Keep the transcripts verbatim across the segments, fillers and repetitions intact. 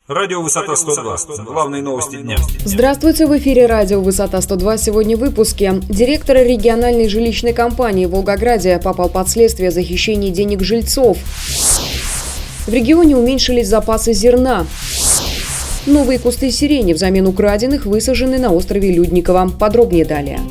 Радио «Высота сто два». Главные новости дня. Здравствуйте, в эфире радио «Высота сто два». Сегодня в выпуске. Директор региональной жилищной компании в Волгограде попал под следствие за хищение денег жильцов. В регионе уменьшились запасы зерна. Новые кусты сирени взамен украденных высажены на острове Людниково. Подробнее далее.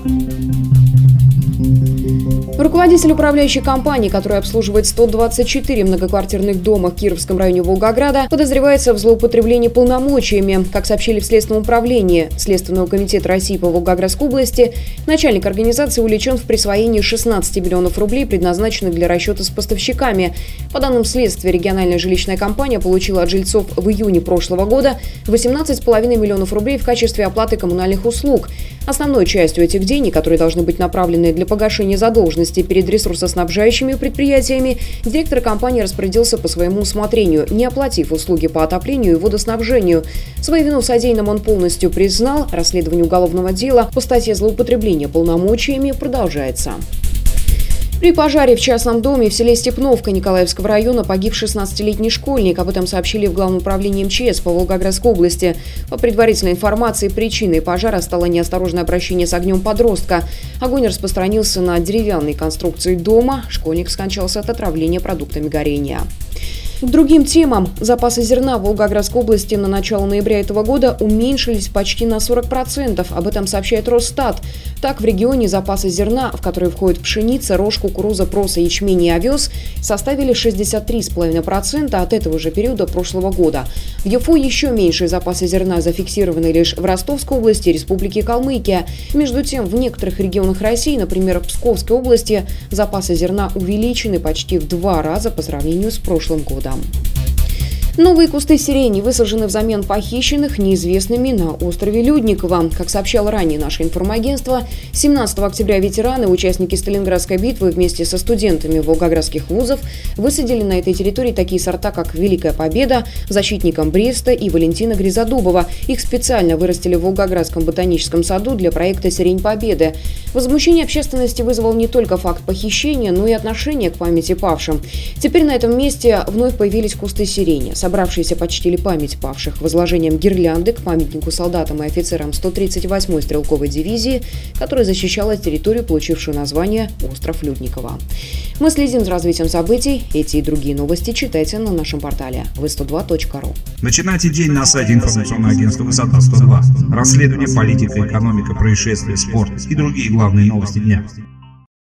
Руководитель управляющей компании, которая обслуживает сто двадцать четыре многоквартирных дома в Кировском районе Волгограда, подозревается в злоупотреблении полномочиями. Как сообщили в Следственном управлении Следственного комитета России по Волгоградской области, начальник организации увлечен в присвоении шестнадцати миллионов рублей, предназначенных для расчета с поставщиками. По данным следствия, региональная жилищная компания получила от жильцов в июне прошлого года восемнадцать с половиной миллионов рублей в качестве оплаты коммунальных услуг. Основной частью этих денег, которые должны быть направлены для погашения задолженности перед ресурсоснабжающими предприятиями, директор компании распорядился по своему усмотрению, не оплатив услуги по отоплению и водоснабжению. Свою вину в содеянном он полностью признал. Расследование уголовного дела по статье «Злоупотребление полномочиями» продолжается. При пожаре в частном доме в селе Степновка Николаевского района погиб шестнадцатилетний школьник. Об этом сообщили в Главном управлении эм че эс по Волгоградской области. По предварительной информации, причиной пожара стало неосторожное обращение с огнем подростка. Огонь распространился на деревянной конструкции дома. Школьник скончался от отравления продуктами горения. К другим темам. Запасы зерна в Волгоградской области на начало ноября этого года уменьшились почти на сорок процентов. Об этом сообщает Росстат. Так, в регионе запасы зерна, в которые входят пшеница, рожь, кукуруза, проса, ячмень и овес, составили шестьдесят три целых пять десятых процента от этого же периода прошлого года. В ЮФО еще меньшие запасы зерна зафиксированы лишь в Ростовской области и Республике Калмыкия. Между тем, в некоторых регионах России, например, в Псковской области, запасы зерна увеличены почти в два раза по сравнению с прошлым годом. Новые кусты сирени высажены взамен похищенных неизвестными на острове Людниково. Как сообщало ранее наше информагентство, семнадцатого октября ветераны, участники Сталинградской битвы вместе со студентами волгоградских вузов высадили на этой территории такие сорта, как «Великая Победа», «Защитником Бреста» и «Валентина Гризодубова». Их специально вырастили в Волгоградском ботаническом саду для проекта «Сирень Победы». Возмущение общественности вызвал не только факт похищения, но и отношение к памяти павшим. Теперь на этом месте вновь появились кусты сирени. Собравшиеся почтили память павших возложением гирлянды к памятнику солдатам и офицерам сто тридцать восьмой стрелковой дивизии, которая защищала территорию, получившую название «Остров Людниково». Мы следим за развитием событий. Эти и другие новости читайте на нашем портале вэ сто два точка ру. Начинайте день на сайте информационного агентства «Высота сто два». Расследование, политика, экономика, происшествия, спорт и другие главные новости дня.